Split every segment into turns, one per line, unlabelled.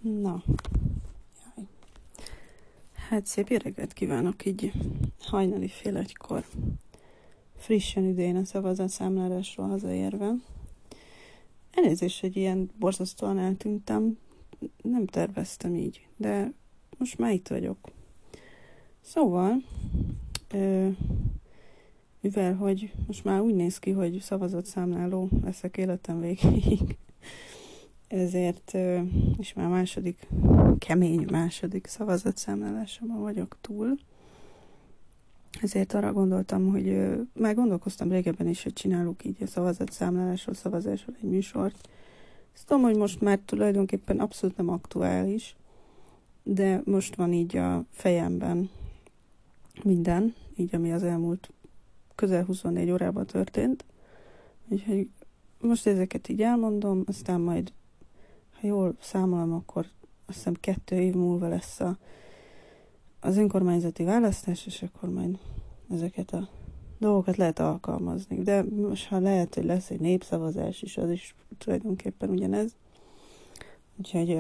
Na, jaj. Hát szép reggelt kívánok így hajnali fél egykor. Frissen idén a szavazatszámlálásról hazaérve. Elnézést, hogy ilyen borzasztóan eltűntem. Nem terveztem így, de most már itt vagyok. Szóval, mivel hogy most már úgy néz ki, hogy szavazatszámláló leszek életem végéig, ezért és már kemény második szavazatszámlálásomban vagyok túl. Ezért arra gondoltam, hogy már gondolkoztam régebben is, hogy csinálok így a szavazatszámlálásról, szavazásról egy műsort. Ezt tudom, hogy most már tulajdonképpen abszolút nem aktuális, de most van így a fejemben minden, így ami az elmúlt közel 24 órában történt. Úgyhogy most ezeket így elmondom, aztán majd, ha jól számolom, akkor azt hiszem 2 év múlva lesz az önkormányzati választás, és akkor majd ezeket a dolgokat lehet alkalmazni. De most, ha lehet, hogy lesz egy népszavazás is, az is tulajdonképpen ugyanez. Úgyhogy,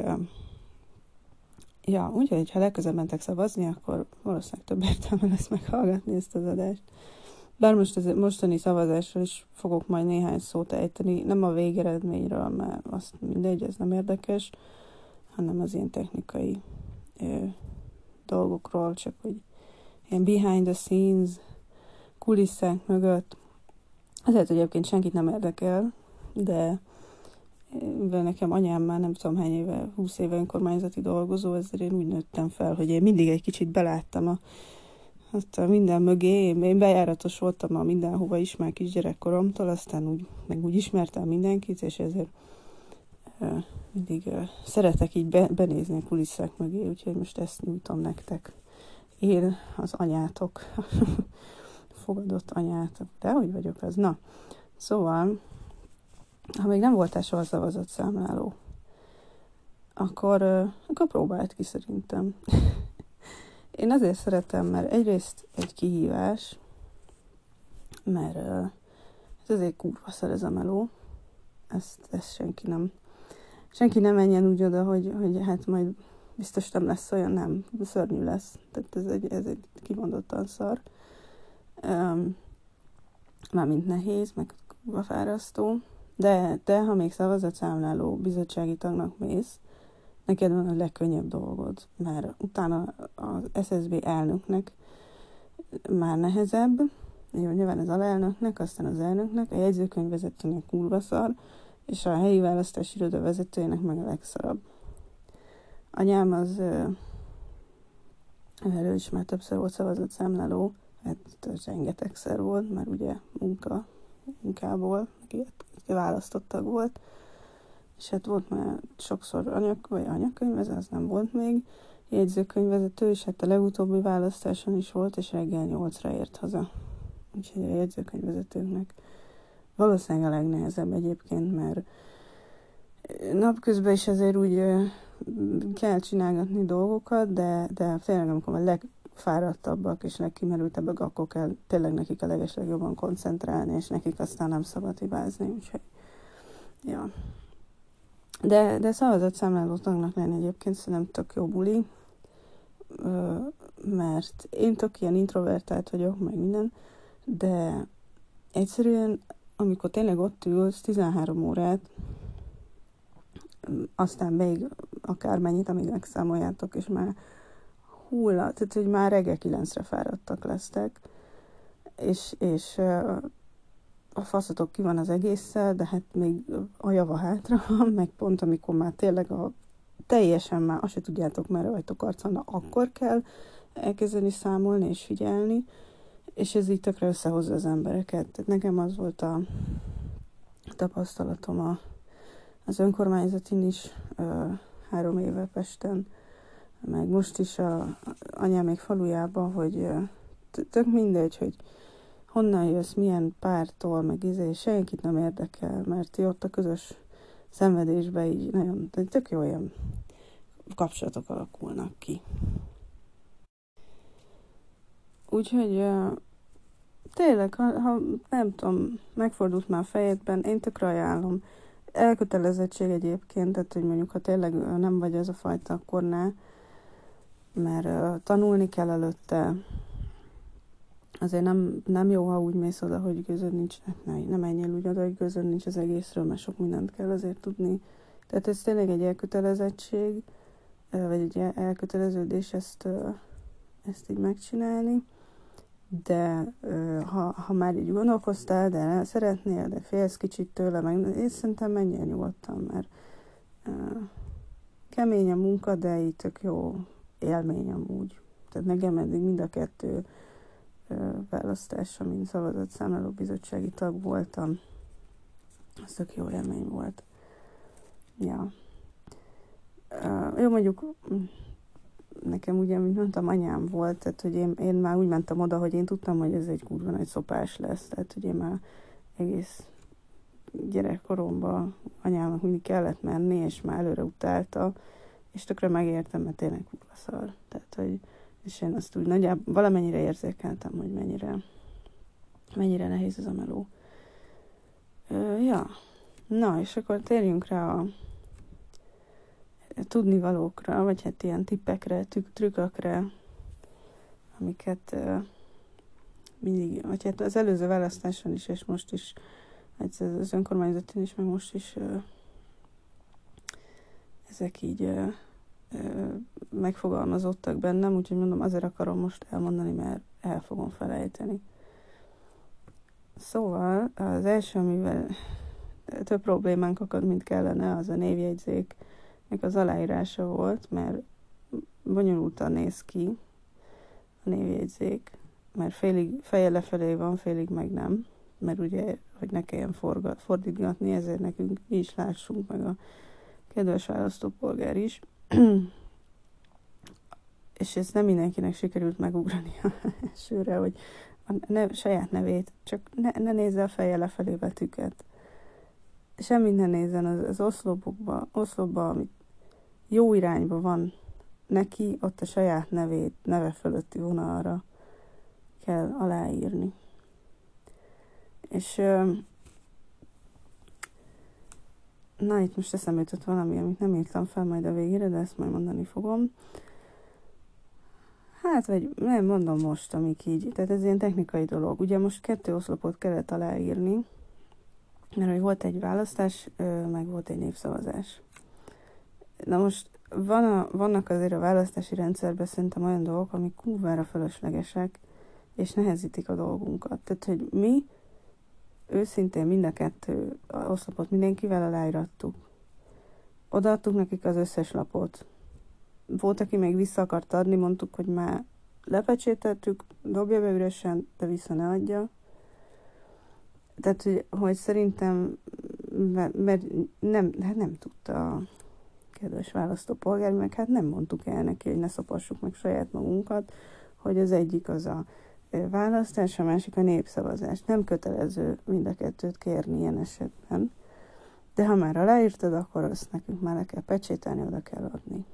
úgyhogy ha legközelebb mentek szavazni, akkor valószínűleg több értelme lesz meghallgatni ezt az adást. Bár most az mostani szavazásról is fogok majd néhány szót ejteni, nem a végeredményről, mert azt mindegy, ez nem érdekes, hanem az ilyen technikai dolgokról, csak hogy ilyen behind the scenes, kulisszák mögött. Azért egyébként senkit nem érdekel, de nekem anyám már nem tudom hány éve, 20 éve önkormányzati dolgozó, ezért én úgy nőttem fel, hogy én mindig egy kicsit beláttam a minden mögé. Én bejáratos voltam a mindenhova is már kisgyerekkoromtól, aztán úgy ismertem mindenkit, és ezért mindig szeretek így benézni a kulisszák mögé, úgyhogy most ezt nyújtom nektek. Én az anyátok, fogadott anyátok. De hogy vagyok az? Na, szóval, ha még nem voltál soha szavazatszámláló, akkor próbáld ki szerintem. Én azért szeretem, mert egyrészt egy kihívás, mert ez azért kurva szer ez a meló. Ezt senki nem menjen úgy oda, hogy hát majd biztos nem lesz olyan, nem, szörnyű lesz. Tehát ez egy kimondottan szar. Mármint nehéz, meg kurva fárasztó. De ha még szavazatszámláló bizottsági tagnak mész, neked van a legkönnyebb dolgod, mert utána az SZSB elnöknek már nehezebb, jó, nyilván az alelnöknek, aztán az elnöknek, a jegyzőkönyvvezetőnek kurva szar, és a helyi választási iroda vezetőjének meg a legszarabb. Anyám az erről is már többször volt szavazatszámláló, hát rengetegszer volt, mert ugye munkából, aki választottag volt, és hát volt már sokszor anyakönyvvezető, az nem volt még, jegyzőkönyvvezető, és hát a legutóbbi választáson is volt, és reggel 8-ra ért haza. Úgyhogy a jegyzőkönyvvezetőknek valószínűleg a legnehezebb egyébként, mert napközben is azért úgy kell csinálgatni dolgokat, de tényleg amikor a legfáradtabbak és legkimerültebbek, akkor kell tényleg nekik a legeslegjobban koncentrálni, és nekik aztán nem szabad hibázni, úgyhogy ja. De szavazatszámláló tagnak lenni egyébként szerintem tök jó buli, mert én tök ilyen introvertált vagyok, meg minden, de egyszerűen, amikor tényleg ott ülsz 13 órát, aztán még akármennyit, amíg megszámoljátok, és már tehát hogy már reggel 9-re fáradtak lesztek, és a faszatok ki van az egésszel, de hát még a java hátra van, meg pont amikor már tényleg teljesen már azt se tudjátok, merre vagytok arcon, akkor kell elkezdeni számolni és figyelni, és ez így tökre összehozza az embereket. Tehát nekem az volt a tapasztalatom az önkormányzatin is 3 éve Pesten, meg most is anyám még falujában, hogy tök mindegy, hogy honnan jössz, milyen pártól, meg senkit nem érdekel, mert ott a közös szenvedésben így nagyon, tök jó olyan kapcsolatok alakulnak ki. Úgyhogy tényleg, ha nem tudom, megfordult már a fejedben, én tökre ajánlom. elkötelezettség egyébként, tehát hogy mondjuk, ha tényleg nem vagy az a fajta, akkor ne, mert tanulni kell előtte. Azért nem jó, ha úgy mész oda, hogy gőzöd nincs, ne menjél úgy oda, hogy gőzöd nincs az egészről, mert sok mindent kell azért tudni. Tehát ez tényleg egy elkötelezettség, vagy egy elköteleződés ezt így megcsinálni, de ha már így gondolkoztál, de szeretnél, de félsz kicsit tőle, meg én szerintem menjél nyugodtan, mert kemény a munka, de így tök jó élmény amúgy. Tehát nekem eddig mind a kettő választása, mint szavazatszámláló bizottsági tag voltam. Az tök jó élmény volt. Ja. Jó, mondjuk nekem ugye, mint mondtam, anyám volt, tehát hogy én már úgy mentem oda, hogy én tudtam, hogy ez egy kurva nagy szopás lesz, tehát hogy én már egész gyerekkoromban anyámnak mindig kellett menni, és már előre utálta, és tökre megértem, mert tényleg kurva szar. Tehát, hogy és én azt úgy nagyjából valamennyire érzékeltem, hogy mennyire nehéz ez a meló. Ja. Na, és akkor térjünk rá a tudnivalókra, vagy hát ilyen tippekre, trükkökre, amiket mindig, vagy hát az előző választáson is, és most is, az önkormányzatin is, meg most is ezek így megfogalmazottak bennem, úgyhogy mondom, azért akarom most elmondani, mert el fogom felejteni. Szóval az első, amivel több problémánk akad, mint kellene, az a névjegyzéknek az aláírása volt, mert bonyolultan néz ki a névjegyzék, mert félig feje lefelé van, félig meg nem, mert ugye, hogy ne kelljen fordítgatni, ezért nekünk mi is lássunk, meg a kedves választópolgár is. És ez nem mindenkinek sikerült megugrani a elsőre, hogy saját nevét, csak ne nézze a feje lefelé betűket. Semmit ne nézzen az oszlopba, ami jó irányba van neki, ott a saját neve fölötti vonalra kell aláírni. És na, itt most eszembe jutott valami, amit nem írtam fel majd a végére, de ezt majd mondani fogom. Hát, vagy nem mondom most, amik így, tehát ez ilyen technikai dolog. Ugye most 2 oszlopot kellett aláírni, mert hogy volt egy választás, meg volt egy népszavazás. Na most vannak azért a választási rendszerben szerintem olyan dolgok, amik kurvára fölöslegesek, és nehezítik a dolgunkat. Tehát, hogy mi őszintén mind a 2 oszlopot mindenkivel aláírattuk. Odaadtuk nekik az összes lapot. Volt, aki még vissza akart adni, mondtuk, hogy már lepecsételtük, dobja be üresen, de vissza ne adja. Tehát, hogy szerintem, mert nem tudta a kedves választópolgár, meg hát nem mondtuk el neki, hogy ne szopassuk meg saját magunkat, hogy az egyik az a választás, a másik a népszavazás. Nem kötelező mind a 2-t kérni ilyen esetben, de ha már aláírtad, akkor azt nekünk már le kell pecsételni, oda kell adni.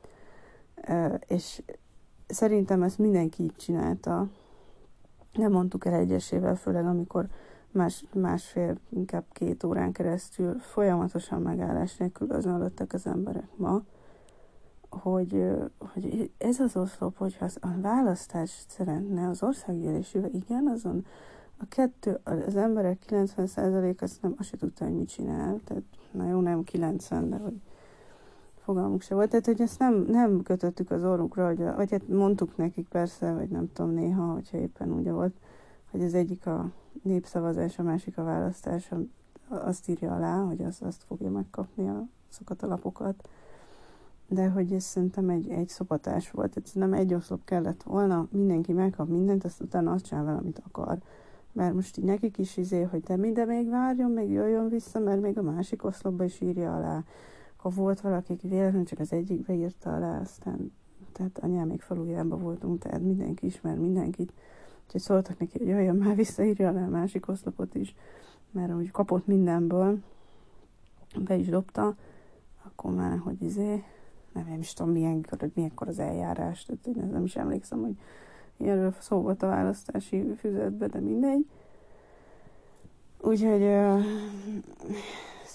És szerintem ezt mindenki így csinálta. Nem mondtuk el egyesével, főleg amikor másfél, inkább 2 órán keresztül folyamatosan megállás nélkül azon alattak az emberek ma, hogy ez az oszlop, hogyha a választást szeretne az országgyűlésével, igen, azon az emberek 90% azt se tudta, hogy mit csinál. Tehát, na jó, nem 90, de hogy fogalmuk se volt. Tehát, hogy ezt nem kötöttük az orrukra, vagy hát mondtuk nekik persze, vagy nem tudom, néha, hogyha éppen úgy volt, hogy az egyik a népszavazás, a másik a választás, azt írja alá, hogy azt fogja megkapni azokat a lapokat. De hogy ez szerintem egy szopatás volt, tehát nem egy oszlop kellett volna, mindenki megkap mindent, azt utána azt csinál vele, amit akar. Mert most így nekik is hogy de még várjon, még jöjjön vissza, mert még a másik oszlopba is írja alá. Ha volt valaki, aki véletlenül csak az egyikbe írta alá, aztán, tehát anyám még falujában voltunk, tehát mindenki ismer mindenkit. Úgyhogy szóltak neki, hogy jöjjön már vissza, írja alá a másik oszlopot is, mert úgy kapott mindenből, be is dobta, akkor már, hogy nem is tudom, milyenkor az eljárás, tehát nem is emlékszem, hogy ilyenről szó volt a választási füzetben, de mindegy. Úgyhogy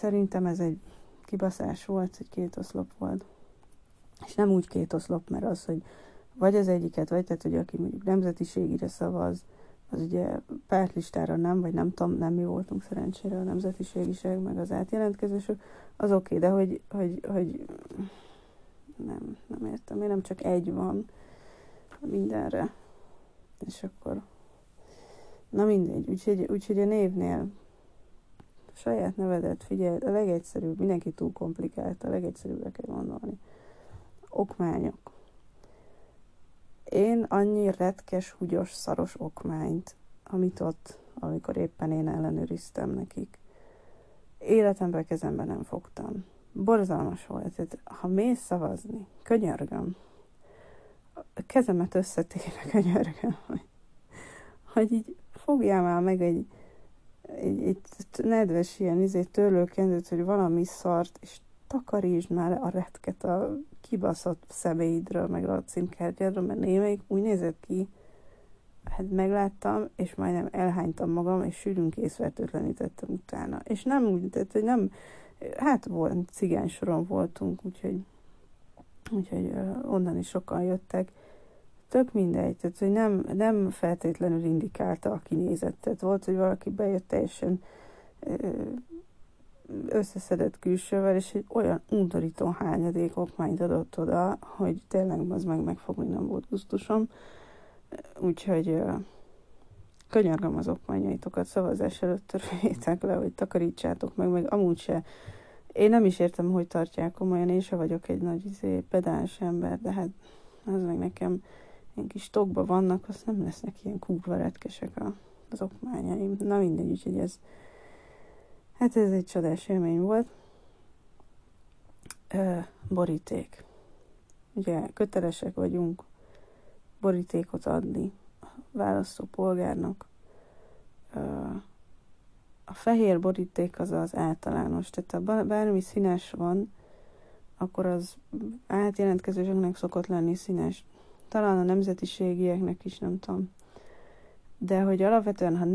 szerintem ez egy kibaszás volt, egy 2 oszlop volt. És nem úgy 2 oszlop, mert az, hogy vagy az egyiket, vagy tehát, hogy aki mondjuk nemzetiségire szavaz, az ugye pártlistára nem, vagy nem tudom, nem mi voltunk szerencsére a nemzetiségisek, meg az átjelentkezésük, az oké, de hogy nem értem, miért nem csak egy van mindenre. És akkor na mindegy, úgyhogy a névnél a saját nevedet figyelj, a legegyszerűbb, mindenki túl komplikált, a legegyszerűbbre kell gondolni. Okmányok. Én annyi retkes, húgyos, szaros okmányt, amit ott, amikor éppen én ellenőriztem nekik, életemben kezemben nem fogtam. Borzalmas volt. Tehát, ha mész szavazni, könyörgöm, a kezemet összetéve, könyörgöm, hogy így fogjál már meg egy nedves ilyen törlőkendőt, hogy valami szart, és takarítsd már a retket a kibaszott személyidről, meg a címkártyádról, mert némelyik úgy nézett ki, hát megláttam, és majdnem elhánytam magam, és sűrűn készfertőtlenítettem utána. És nem úgy, tehát, hogy nem, hát volt, cigánysoron voltunk, úgyhogy onnan is sokan jöttek. Tök mindegy, tehát, hogy nem feltétlenül indikálta a kinézetet. Volt, hogy valaki bejött teljesen összeszedett külsővel, és egy olyan undorító hányadék okmányt adott oda, hogy tényleg az megfogni nem volt gusztusom. Úgyhogy könyörgöm az okmányaitokat, szavazás előtt törvétek le, hogy takarítsátok meg amúgy se. Én nem is értem, hogy tartják komolyan, én se vagyok egy nagy pedáns ember, de hát az meg nekem ilyen kis tokba vannak, azt nem lesznek ilyen kurva retkesek az okmányaim. Na mindegy, úgyhogy ez egy csodás élmény volt. Boríték. Ugye kötelesek vagyunk borítékot adni a választópolgárnak. A fehér boríték az általános, tehát ha bármi színes van, akkor az átjelentkezőseknek szokott lenni színes. Talán a nemzetiségieknek is, nem tudom. De hogy alapvetően, ha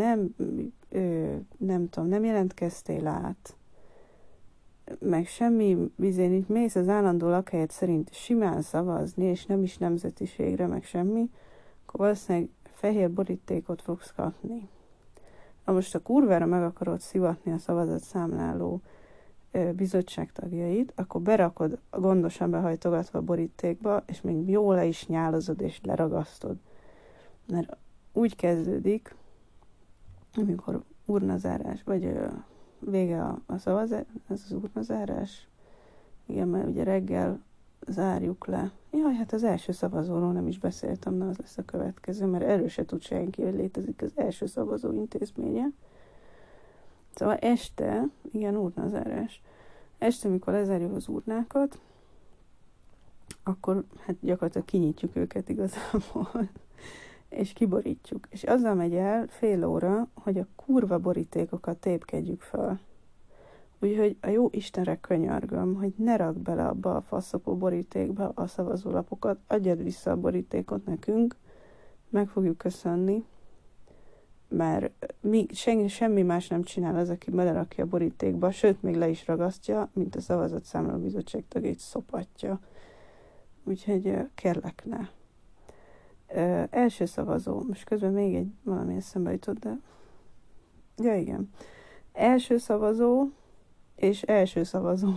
nem jelentkeztél át, meg semmi vizén, így mész az állandó lakhelyet szerint simán szavazni, és nem is nemzetiségre, meg semmi, akkor valószínűleg fehér borítékot fogsz kapni. Ha most a kurvára meg akarod szivatni a szavazatszámláló bizottság tagjait, akkor berakod gondosan behajtogatva a borítékba, és még jól le is nyálozod, és leragasztod. Mert úgy kezdődik, amikor urnazárás, vagy vége a szavazás, ez az urnazárás, igen, mert ugye reggel zárjuk le. Jaj, hát az első szavazóról nem is beszéltem, na az lesz a következő, mert erről se tud senki, hogy létezik az első szavazó intézménye. Szóval este, igen, urnazárás, este, amikor lezárjuk az urnákat, akkor hát gyakorlatilag kinyitjuk őket igazából, és kiborítjuk. És azzal megy el fél óra, hogy a kurva borítékokat tépkedjük fel. Úgyhogy a jó Istenre könyörgöm, hogy ne rakd bele abba a faszopó borítékba a szavazólapokat, adjad vissza a borítékot nekünk, meg fogjuk köszönni, mert semmi más nem csinál az, aki belerakja a borítékba, sőt, még le is ragasztja, mint a szavazatszámláló bizottság tagjait szopatja. Úgyhogy kérlek, ne. Első szavazó, most közben még valami eszembe jutott, de ja, igen. Első szavazó és első szavazó.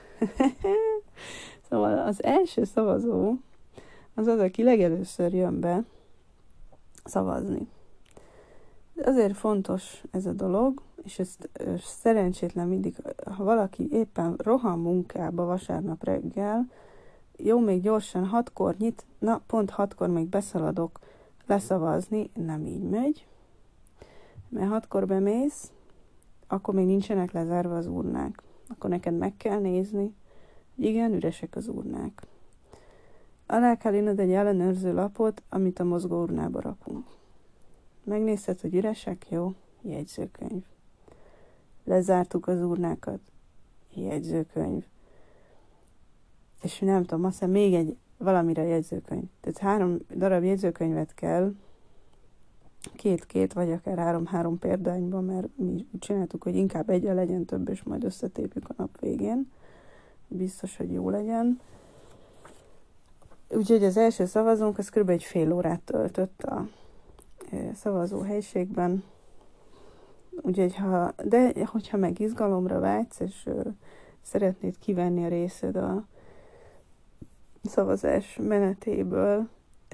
Szóval az első szavazó az, aki legelőször jön be szavazni. Azért fontos ez a dolog, és ezt szerencsétlen mindig, ha valaki éppen rohan munkába vasárnap reggel, jó, még gyorsan 6-kor nyit, na pont 6-kor még beszaladok leszavazni, nem így megy, mert 6-kor bemész, akkor még nincsenek lezárva az urnák. Akkor neked meg kell nézni, hogy igen, üresek az urnák. Alá kell írnod egy ellenőrző lapot, amit a mozgó urnába rakunk. Megnézted, hogy üresek? Jó, jegyzőkönyv. Lezártuk az urnákat, jegyzőkönyv. És nem tudom, aztán még valamire jegyzőkönyv. Tehát 3 darab jegyzőkönyvet kell 2-2, vagy akár 3-3 példányban, mert mi úgy csináltuk, hogy inkább egyen legyen több, és majd összetépjük a nap végén. Biztos, hogy jó legyen. Úgyhogy az első szavazónk az kb. Egy fél órát töltött a szavazó helyiségben. Úgyhogy hogyha meg izgalomra vágysz, és szeretnéd kivenni a részed a szavazás menetéből,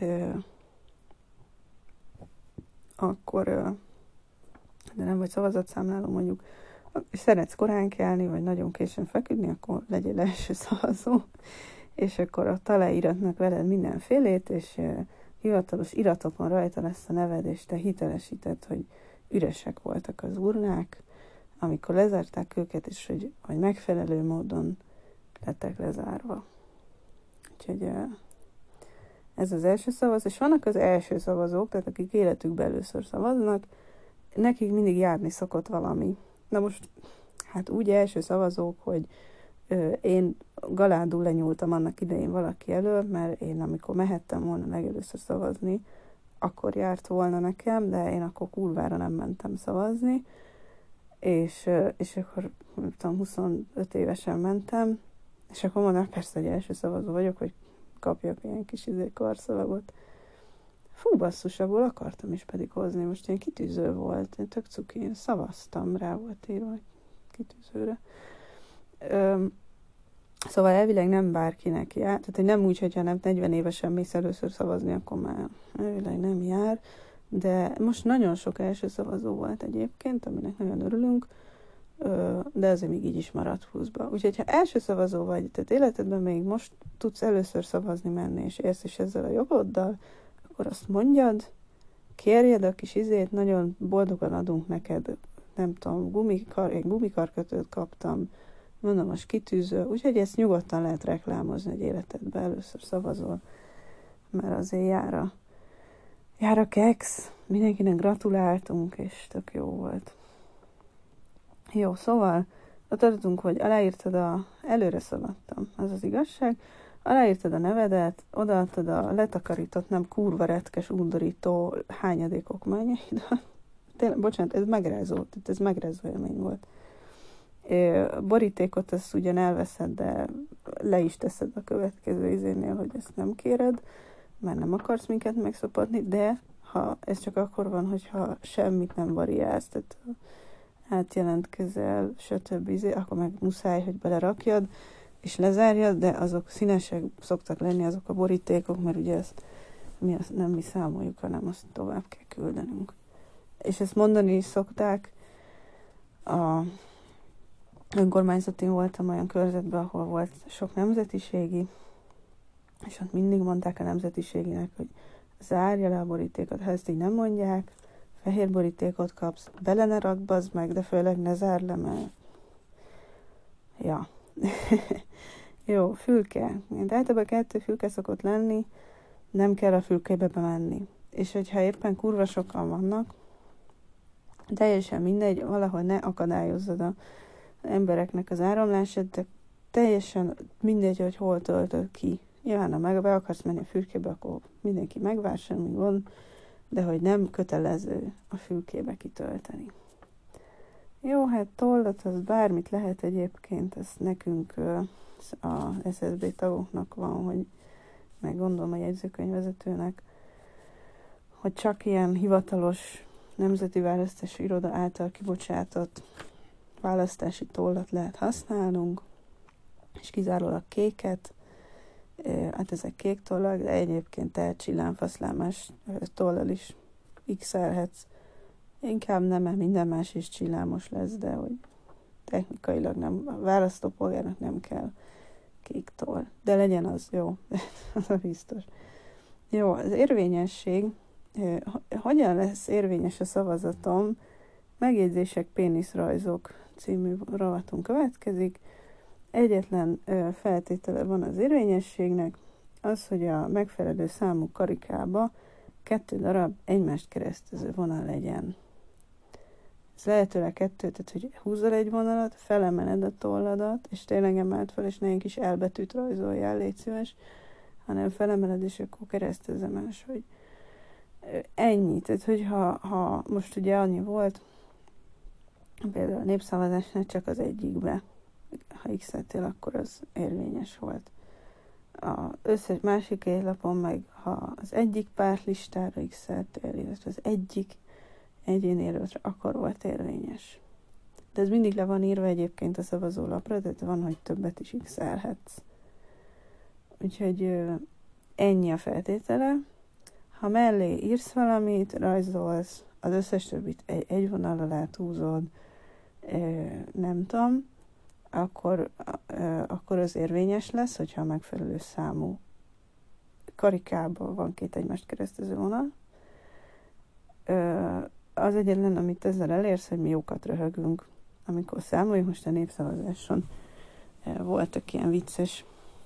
akkor, de nem vagy szavazatszámláló mondjuk, és szeretsz korán kelni, vagy nagyon későn feküdni, akkor legyél első szavazó, és akkor ott aláíratnak veled mindenfélét, és hivatalos iratokon rajta lesz a neved, és te hitelesíted, hogy üresek voltak az urnák, amikor lezárták őket, és hogy megfelelő módon lettek lezárva. Úgyhogy ez az első szavazás, és vannak az első szavazók, tehát akik életükben először szavaznak, nekik mindig járni szokott valami. Na most, hát úgy első szavazók, hogy én galádul lenyúltam annak idején valaki elől, mert én amikor mehettem volna legelőször szavazni, akkor járt volna nekem, de én akkor kurvára nem mentem szavazni, és akkor, nem tudom, 25 évesen mentem, és akkor mondom, persze, hogy első szavazó vagyok, hogy kapjak ilyen kis karszalagot. Fú, basszus, abból akartam is pedig hozni, most ilyen kitűző volt, én tök cuki, én szavaztam, rá volt írva kitűzőre. Szóval elvileg nem bárkinek jár, tehát nem úgy, hogyha nem 40 évesen mész először szavazni, akkor már elvileg nem jár, de most nagyon sok első szavazó volt egyébként, aminek nagyon örülünk, de azért még így is maradt pluszba. Úgyhogy ha első szavazó vagy, tehát életedben még most tudsz először szavazni menni, és érsz is ezzel a jogoddal, akkor azt mondjad, kérjed a kis nagyon boldogan adunk neked, nem tudom, egy gumikarkötőt kaptam, mondom, most kitűző, úgyhogy ezt nyugodtan lehet reklámozni, hogy életedben először szavazol, mert azért jár a keksz, mindenkinek gratuláltunk, és tök jó volt. Jó, szóval ott tartunk, hogy előre szaladtam, az az igazság, aláírtad a nevedet, odaadtad a letakarított, nem kurva retkes, undorító hányadék okmányaidat. Tényleg, bocsánat, ez megrázó élmény volt. Borítékot ezt ugyan elveszed, de le is teszed a következő izénél, hogy ezt nem kéred, mert nem akarsz minket megszopatni, de ez csak akkor van, hogyha semmit nem variálsz, tehát átjelentkezel, stb. Akkor meg muszáj, hogy belerakjad, és lezárjad, de azok színesek szoktak lenni, azok a borítékok, mert ugye ezt nem mi számoljuk, hanem azt tovább kell küldenünk. És ezt mondani is szokták. A önkormányzatin voltam olyan körzetben, ahol volt sok nemzetiségi, és ott mindig mondták a nemzetiséginek, hogy zárja le a borítékot, ha ezt így nem mondják, fehér borítékot kapsz, bele ne rakd, bazd meg, de főleg ne zárd le, mert ja. Jó, fülke. De általában 2 fülke szokott lenni, nem kell a fülkébe bemenni. És hogyha éppen kurva sokan vannak, teljesen mindegy, valahol ne akadályozzad az embereknek az áramlását, de teljesen mindegy, hogy hol töltöd ki. Nyilván, ha be akarsz menni a fülkébe, akkor mindenki megvár, semmi gond, de hogy nem kötelező a fülkébe kitölteni. Jó, hát tollat, az bármit lehet egyébként, ez nekünk a SZSB tagoknak van, hogy meg gondolom a jegyzőkönyvvezetőnek, hogy csak ilyen hivatalos Nemzeti Választási Iroda által kibocsátott választási tollat lehet használnunk, és kizárólag kéket, hát ezek kék tollak, de egyébként csillámfaszlámás tollal is x-elhetsz. Inkább nem, mert minden más is csillámos lesz, de hogy technikailag nem, a választópolgárnak nem kell kék toll. De legyen az jó, az a biztos. Jó, az érvényesség. Hogyan lesz érvényes a szavazatom? Megjegyzések, péniszrajzok című rovatunk következik. Egyetlen feltétele van az érvényességnek, az, hogy a megfelelő számú karikába 2 darab egymást keresztező vonal legyen. Ez lehetőleg 2, tehát hogy húzzal egy vonalat, felemeled a tolladat, és tényleg emelt fel, és ne egy kis elbetűt rajzoljál, légy szíves, hanem felemeled, és akkor keresztezze máshogy. ennyi, tehát hogy ha most ugye annyi volt, például a népszavazásnál csak az egyikbe, ha x-eltél, akkor az érvényes volt. Az összes másik évlapon meg, ha az egyik pártlistára x-eltél, illetve az egyik egyéni jelöltre, akkor volt érvényes. De ez mindig le van írva egyébként a szavazólapra, tehát van, hogy többet is x-elhetsz. Úgyhogy ennyi a feltétele. Ha mellé írsz valamit, rajzolsz, az összes többit egy vonal alá húzod, nem tudom, akkor az érvényes lesz, hogyha a megfelelő számú karikában van két egymást keresztező vonal. Az egyetlen, amit ezzel elérsz, hogy mi jókat röhögünk, amikor számoljuk. Most a népszavazáson voltak ilyen vicces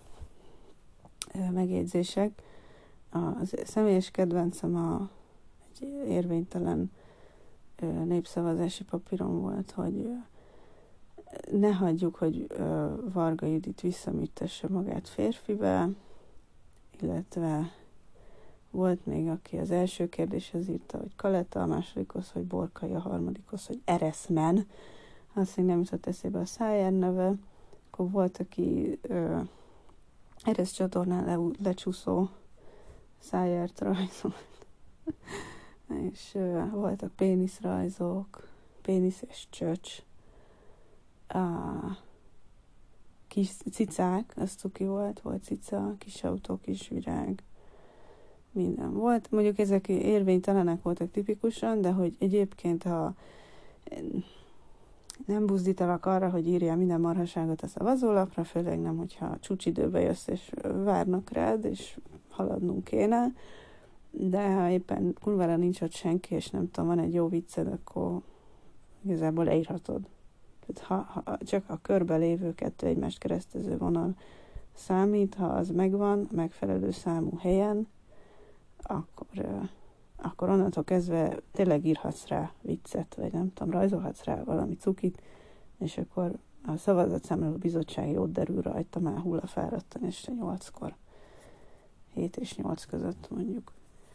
megjegyzések. Az személyes kedvencem egy érvénytelen népszavazási papíron volt, hogy ne hagyjuk, hogy Varga Judit visszaműtesse magát férfibe, illetve volt még, aki az első kérdéshez írta, hogy Kaleta, a másodikhoz, hogy Borkai, a harmadikhoz, hogy Ereszmen, azt még nem jutott eszébe a Szájer neve. Akkor volt, aki Eresz csatornán lecsúszó Szájert rajzolt, és voltak péniszrajzok, pénisz és csöcs, kis cicák, az cuki volt cica, kis autó, kis virág, minden volt. Mondjuk ezek érvénytelenek voltak tipikusan, de hogy egyébként, ha nem buzdítalak arra, hogy írjál minden marhaságot a szavazólapra, főleg nem, hogyha csúcsidőbe jössz, és várnak rád, és haladnunk kéne, de ha éppen kurvára nincs ott senki, és nem tudom, van egy jó vicced, akkor igazából leírhatod. Tehát ha csak a körbe lévő kettő egymást keresztező vonal számít, ha az megvan, megfelelő számú helyen, akkor onnantól kezdve tényleg írhatsz rá viccet, vagy nem tudom, rajzolhatsz rá valami cukit, és akkor a szavazatszámláló bizottság jót derül rajta, már hullafáradtan este 8-kor. 7 és 8 között mondjuk.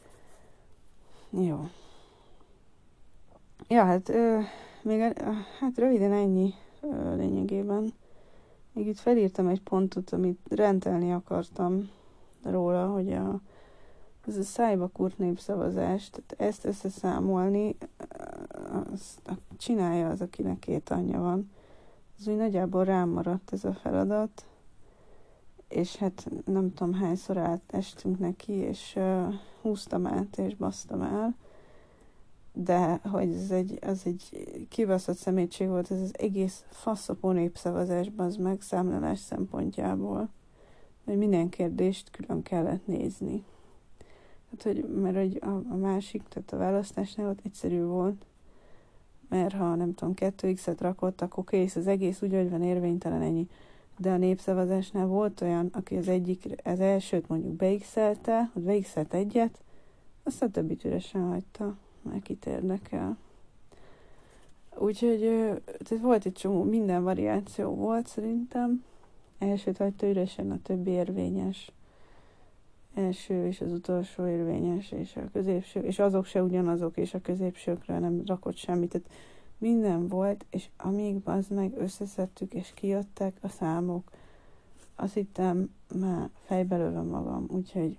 Jó. Ja, hát hát röviden ennyi lényegében. Még itt felírtam egy pontot, amit rendelni akartam róla, hogy ez a Szájba-Kurt népszavazás, tehát ezt összeszámolni, azt csinálja az, akinek 2 anyja van. Az úgy nagyjából rám maradt ez a feladat, és hát nem tudom hányszor átestünk neki, és húztam át, és basztam el, de hogy az egy kibaszott szemétség volt, ez az egész faszopó népszavazásban, az megszámlálás szempontjából, hogy minden kérdést külön kellett nézni. Hát, mert hogy a másik, tehát a választásnál ott egyszerű volt, mert ha nem tudom, 2x-et rakott, akkor kész, az egész úgy, hogy van érvénytelen, ennyi. De a népszavazásnál volt olyan, aki az elsőt mondjuk beixelte, hogy beixelt egyet, aztán többit üresen hagyta, mert kit érdekel. Úgyhogy tehát volt egy csomó, minden variáció volt szerintem. Elsőt hagyta üresen, a többi érvényes. Első és az utolsó érvényes, és a középső, és azok se ugyanazok, és a középsőkről nem rakott semmit. Tehát minden volt, és amíg az meg összeszedtük, és kijöttek a számok, azt hittem, már fejbe lövöm magam. Úgyhogy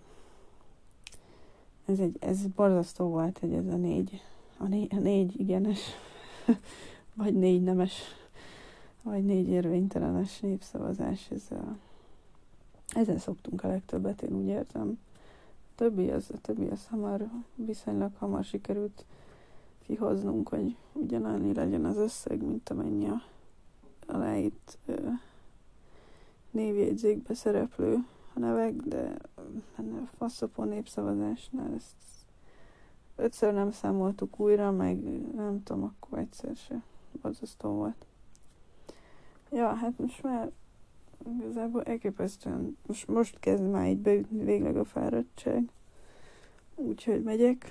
ez borzasztó volt, hogy ez a négy igenes, vagy 4 nemes, vagy 4 érvénytelenes népszavazás, ezzel szoktunk a legtöbbet, én úgy érzem. A többi az viszonylag hamar sikerült kihoznunk, hogy ugyanannyi legyen az összeg, mint amennyi a aláírt névjegyzékbe szereplő a nevek, de a faszopó népszavazásnál ezt 5-ször nem számoltuk újra, meg nem tudom, akkor egyszer se. Borzasztó volt. Ja, hát most már igazából elképesztően, most kezd már így beütni végleg a fáradtság. Úgyhogy megyek.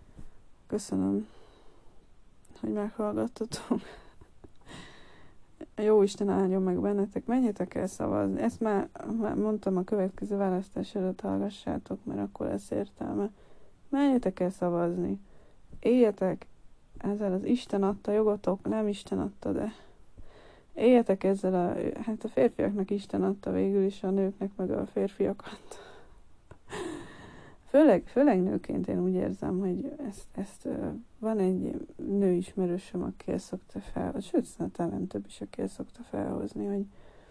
Köszönöm, hogy meghallgattatok. a Jóisten áldjon meg bennetek, menjetek el szavazni. Ezt már mondtam a következő választás előtt, hallgassátok, mert akkor lesz értelme. Menjetek el szavazni. Éljetek ezzel az Isten adta jogotok, nem Isten adta, de éljetek ezzel hát a férfiaknak Isten adta végül is, a nőknek meg a férfiakat. Főleg nőként én úgy érzem, hogy ezt van egy nőismerősöm, aki ezt szokta sőt, talán több is, aki ezt szokta felhozni, hogy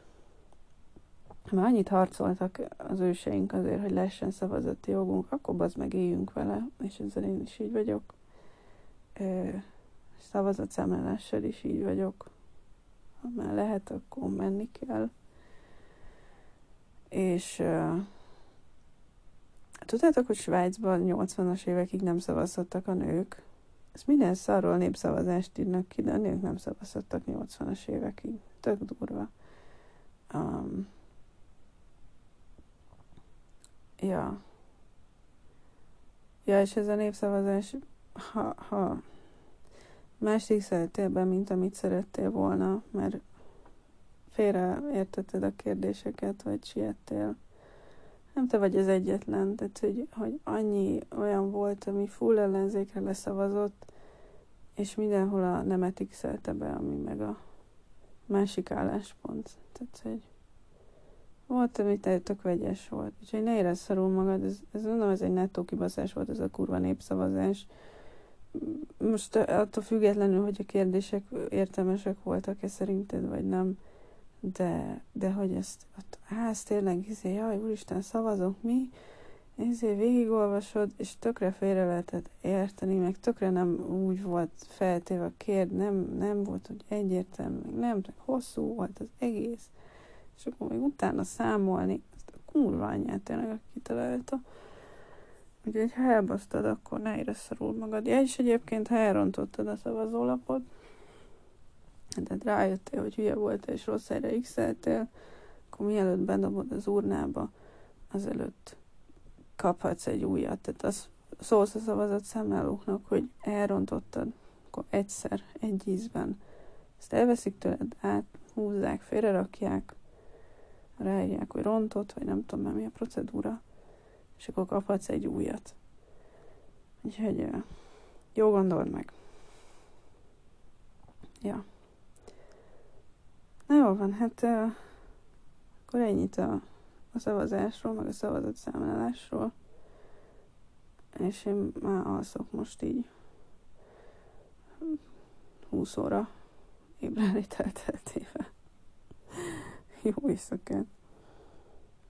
már annyit harcoltak az őseink azért, hogy lehessen szavazati jogunk, akkor bazd meg éljünk vele, és ezzel én is így vagyok. Szavazatszámlálással is így vagyok. Ha már lehet, akkor menni kell. És tudtátok, hogy Svájcban 80-as évekig nem szavazhattak a nők? Ezt minden szarról népszavazást írnak ki, de a nők nem szavazhattak 80-as évekig. Tök durva. Ja, és ez a népszavazás, ha másik szerettél be, mint amit szerettél volna, mert félre értetted a kérdéseket, vagy siettél. Nem te vagy az egyetlen, tehát hogy annyi olyan volt, ami full ellenzékre leszavazott, és mindenhol a nemet x-elte be, ami meg a másik álláspont. Tehát, hogy volt, ami tök vegyes volt. Úgyhogy ne érezz szarul magad, ez egy nettó kibaszás volt, ez a kurva népszavazás. Most attól függetlenül, hogy a kérdések értelmesek voltak-e szerinted, vagy nem, de hogy ezt tényleg, jaj, úristen, szavazok, mi? Végigolvasod, és tökre félre lehetett érteni, meg tökre nem úgy volt feltéve a kérd, nem volt, hogy egyértelmű, meg hosszú volt az egész, és akkor még utána számolni, azt a kurva anyját tényleg, aki kitalálta. Úgyhogy ha elbasztad, akkor ne érezz szarul magad. Ja, és egyébként, ha elrontottad a szavazólapot, tehát rájöttél, hogy hülye voltál, és rossz helyre x-eltél, akkor mielőtt bedobod az urnába, azelőtt kaphatsz egy újat. Tehát az szólsz a szavazatszámlálóknak, hogy elrontottad, akkor egyszer, egy ízben. Ezt elveszik tőled, áthúzzák, félrerakják, ráírják, hogy rontott, vagy nem tudom már mi a procedúra, és akkor kaphatsz egy újat. Úgyhogy jó, gondold meg. Ja. Na jól van, hát akkor ennyit a szavazásról, meg a szavazatszámlálásról. És én már alszok most így 20 óra ébredétel teltével. Jó éjszakát!